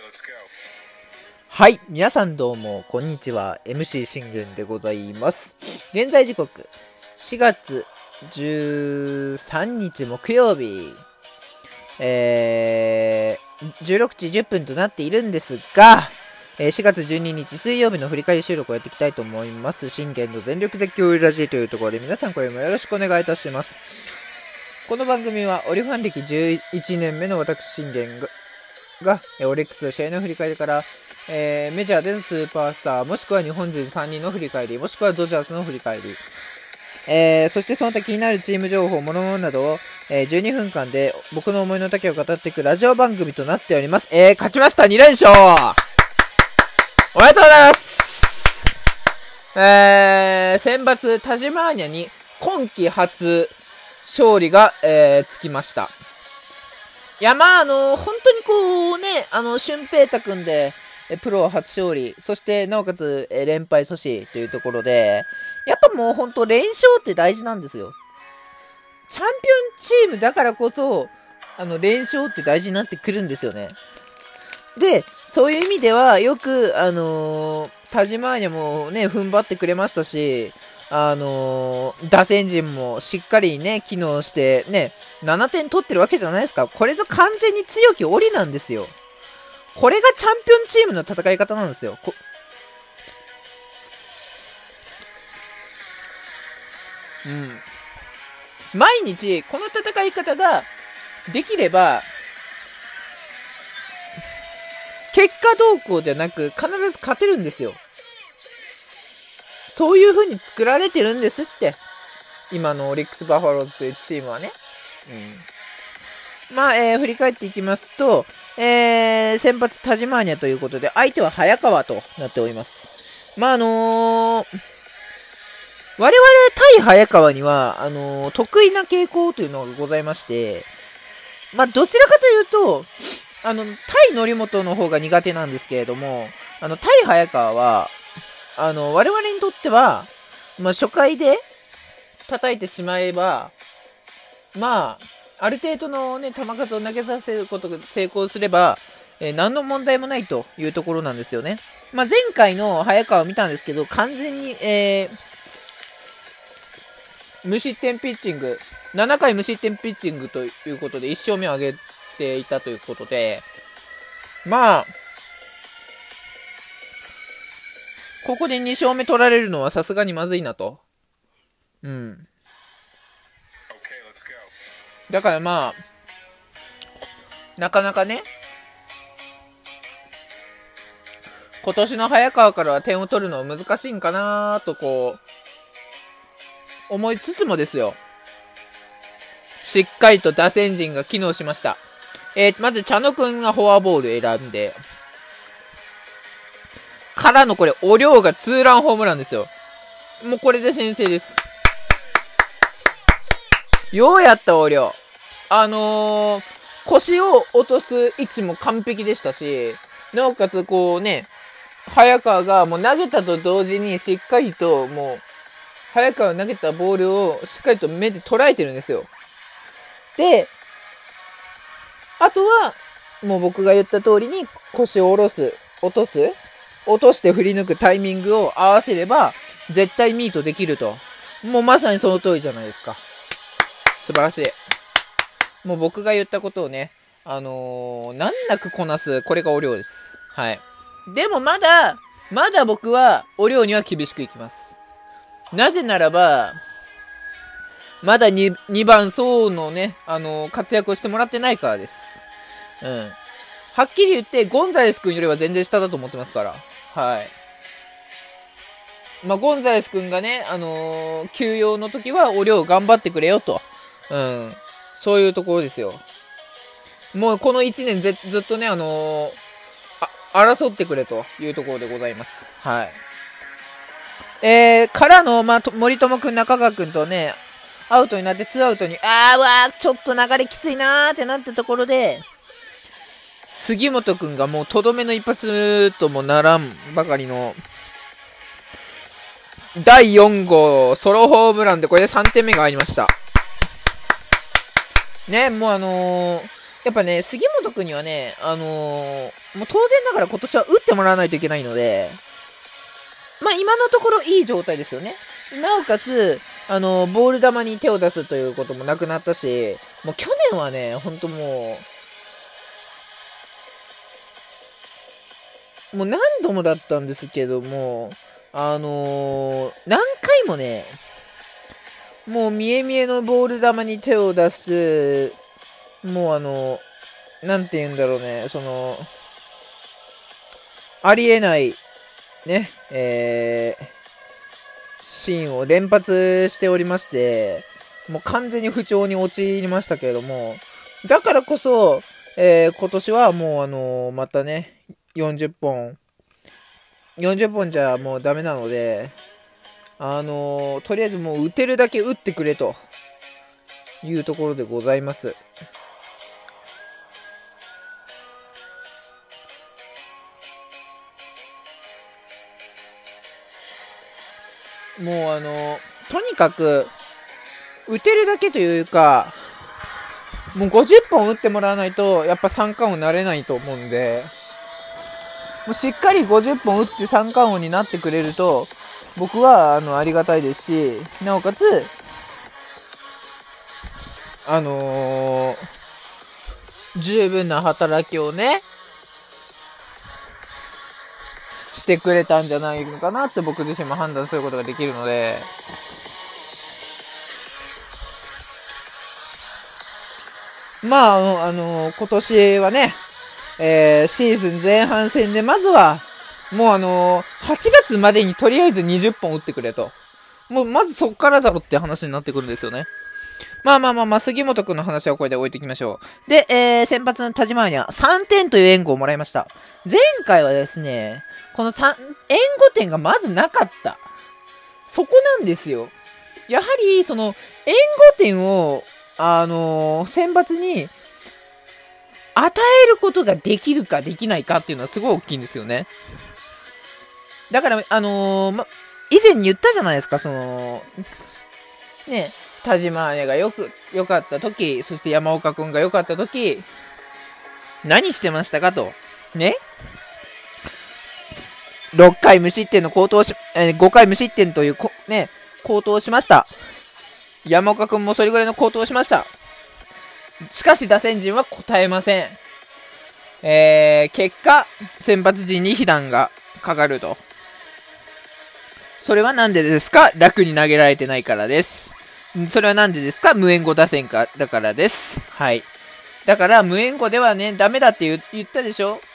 はい、皆さんどうもこんにちは。 MC 信玄でございます。現在時刻4月13日木曜日、16時10分となっているんですが、4月12日水曜日の振り返り収録をやっていきたいと思います。信玄の全力絶叫ラジーというところで皆さんこれもよろしくお願いいたします。この番組はオリファン歴11年目の私信玄がオリックスの試合の振り返りから、メジャーでのスーパースターもしくは日本人3人の振り返りもしくはドジャースの振り返り、そしてその他気になるチーム情報諸々などを、12分間で僕の思いの丈を語っていくラジオ番組となっております。勝ちました。2連勝おめでとうございます。選抜タジマーニャに今季初勝利が、つきました。いや本当にこうね、俊平太くんでプロ初勝利、そしてなおかつ連敗阻止というところで、やっぱもう本当連勝って大事なんですよ。チャンピオンチームだからこそ連勝って大事になってくるんですよね。でそういう意味ではよく田島にもね踏ん張ってくれましたし、打線陣もしっかりね機能してね7点取ってるわけじゃないですか。これぞ完全に強き檻なんですよ。これがチャンピオンチームの戦い方なんですよ。毎日この戦い方ができれば結果どうこうではなく必ず勝てるんですよ。そういう風に作られてるんですって、今のオリックスバファローズというチームはね。振り返っていきますと、先発タジマーニャということで相手は早川となっております。我々対早川には得意な傾向というのがございまして、どちらかというと対則本の方が苦手なんですけれども、対早川は我々にとっては、初回で叩いてしまえば、ある程度のね、球数を投げさせることが成功すれば、何の問題もないというところなんですよね。前回の早川を見たんですけど、完全に、無失点ピッチング、7回無失点ピッチングということで1勝目を挙げていたということで、ここで2勝目取られるのはさすがにまずいなと。だからなかなかね、今年の早川からは点を取るのは難しいんかなとこう思いつつもですよ、しっかりと打線陣が機能しました。まず茶野くんがフォアボール選んでからのこれお涼がツーランホームランですよ。もうこれで先制です。ようやったお涼。腰を落とす位置も完璧でしたし、なおかつこうね、早川がもう投げたと同時にしっかりともう早川投げたボールをしっかりと目で捉えてるんですよ。であとはもう僕が言った通りに腰を落として振り抜くタイミングを合わせれば絶対ミートできると。もうまさにその通りじゃないですか。素晴らしい。もう僕が言ったことをね、難なくこなす、これがお涼です。はい。でもまだ僕はお涼には厳しくいきます。なぜならばまだ 2番走のね、活躍をしてもらってないからです。はっきり言ってゴンザレス君よりは全然下だと思ってますから。はい。ゴンザレス君がね、休養の時はお涼頑張ってくれよと。そういうところですよ。もうこの1年ずっとね、争ってくれというところでございます。はい。からの、森友くん、中川くんとね、アウトになって2アウトに、ちょっと流れきついなーってなったところで、杉本くんがもうとどめの一発ともならんばかりの、第4号ソロホームランでこれで3点目が入りました。ね、もうやっぱね、杉本くんにはね、もう当然ながら今年は打ってもらわないといけないので、まあ今のところいい状態ですよね。なおかつ、ボール球に手を出すということもなくなったし、もう去年はね、ほんともう何度もだったんですけども、何回もね、もう見え見えのボール球に手を出す、もうなんて言うんだろうね、ありえない、ね、シーンを連発しておりまして、もう完全に不調に陥りましたけれども、だからこそ、今年はもうまたね、40本じゃもうダメなので、とりあえずもう打てるだけ打ってくれというところでございます。もうとにかく打てるだけというか、もう50本打ってもらわないとやっぱ三冠王になれないと思うんで、もうしっかり50本打って三冠王になってくれると僕はありがたいですし、なおかつ十分な働きをねしてくれたんじゃないのかなって僕自身も判断することができるので、まあ今年はね、シーズン前半戦でまずはもう8月までにとりあえず20本打ってくれと、もうまずそっからだろって話になってくるんですよね。まあ、杉本くんの話はこれで置いておきましょう。で、先発の田島には3点という援護をもらいました。前回はですね、この援護点がまずなかった。そこなんですよ。やはり、援護点を、選抜に与えることができるかできないかっていうのはすごい大きいんですよね。だから、以前に言ったじゃないですか、ね、田島姉が良かった時、そして山岡くんが良かった時、何してましたかと。ね、6回無失点の好投5回無失点というね、好投をしました。山岡くんもそれぐらいの好投をしました。しかし打線陣は応えません。結果、先発陣に被弾がかかると。それはなんでですか？楽に投げられてないからです。それはなんでですか？無援護打線だからです。はい。だから無援護ではね、ダメだって言ったでしょ？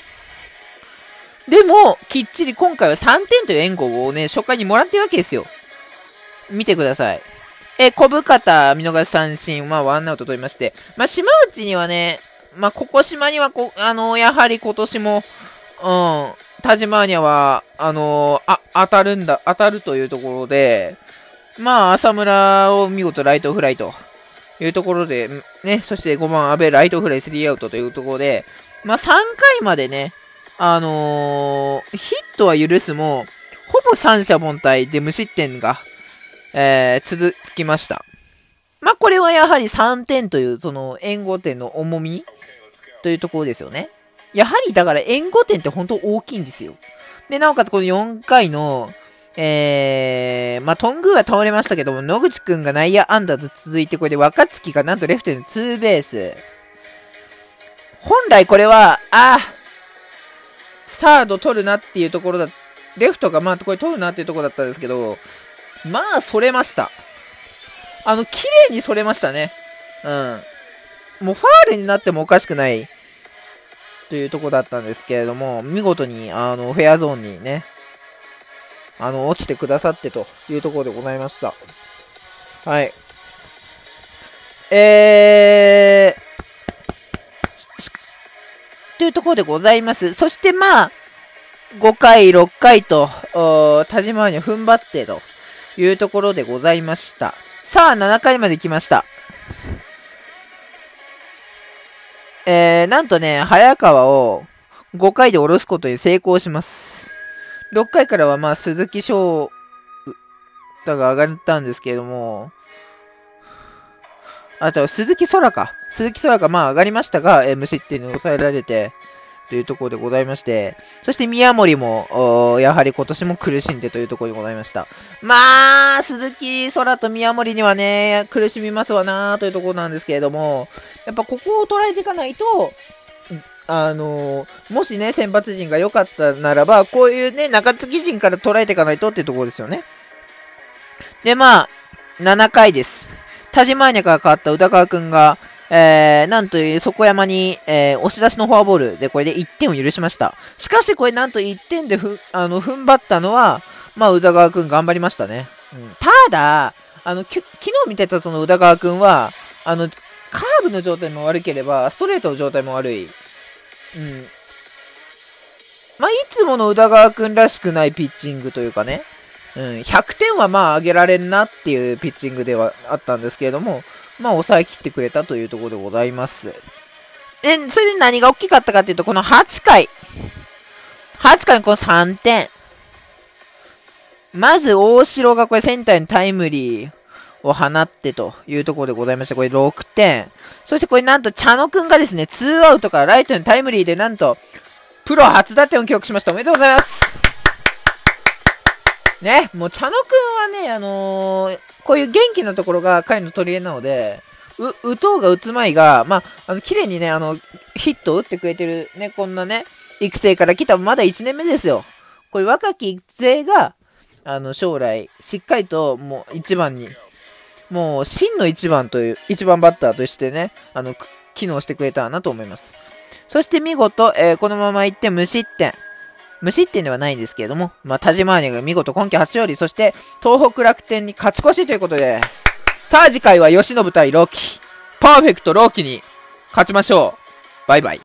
でも、きっちり今回は3点という援護をね、初回にもらってるわけですよ。見てください。小深田見逃し三振、ワンアウト取りまして。島内にはね、ここ島にはやはり今年も、田島には、当たるというところで、浅村を見事ライトフライというところで、ね、そして5番安倍ライトフライ3アウトというところで、3回までね、ヒットは許すも、ほぼ三者凡退で無失点が、続きました。これはやはり3点という、援護点の重みというところですよね。やはりだから援護点って本当大きいんですよ。で、なおかつこの4回の、トングーは倒れましたけども、野口くんが内野安打と続いて、これで若月がなんとレフトへのツーベース。本来これは、サード取るなっていうところレフトがこれ取るなっていうところだったんですけど、それました。綺麗にそれましたね。もうファールになってもおかしくないというところだったんですけれども、見事に、フェアゾーンにね、落ちてくださってというところでございました。はい。というところでございます。そして5回、6回と、田島に踏ん張ってというところでございました。さあ、7回まで来ました。なんとね、早川を5回で下ろすことに成功します。6回からは鈴木翔太が上がったんですけれども、 あと、鈴木空か。鈴木空がまあ上がりましたが、無失点に抑えられて、というところでございまして、そして宮森も、やはり今年も苦しんでというところでございました。まあ、鈴木空と宮森にはね、苦しみますわなというところなんですけれども、やっぱここを捉えていかないと、もしね、先発陣が良かったならば、こういうね、中継ぎ陣から捉えていかないとっていうところですよね。で、まあ、7回です。田島アーニャから変わった宇田川くんが、なんという、底山に、押し出しのフォアボールで、これで1点を許しました。しかし、これなんと1点で踏ん張ったのは、まあ、宇田川くん頑張りましたね。うん、ただ、昨日見てたその宇田川くんは、カーブの状態も悪ければ、ストレートの状態も悪い。うん。まあ、いつもの宇田川くんらしくないピッチングというかね。うん、100点はまあ上げられんなっていうピッチングではあったんですけれども、まあ抑え切ってくれたというところでございます。それで何が大きかったかっていうと、この8回のこの3点。まず大城がこれセンターにタイムリーを放ってというところでございまして、これ6点。そしてこれなんと茶野くんがですね、2アウトからライトにタイムリーでなんと、プロ初打点を記録しました。おめでとうございます。ね、もう茶野くんはね、こういう元気なところが彼の取り柄なので、打とうが打つまいが、まあ、綺麗にね、ヒットを打ってくれてるね、こんなね、育成から来たまだ1年目ですよ。こういう若き育成が、将来、しっかりと、もう1番に、もう、真の1番という、1番バッターとしてね、機能してくれたらなと思います。そして見事、このままいって無失点。無失点ではないんですけれども、まあ、田島アーニャが見事今季初勝利、そして東北楽天に勝ち越しということで、さあ次回は吉信対朗希、パーフェクト朗希に勝ちましょう。バイバイ。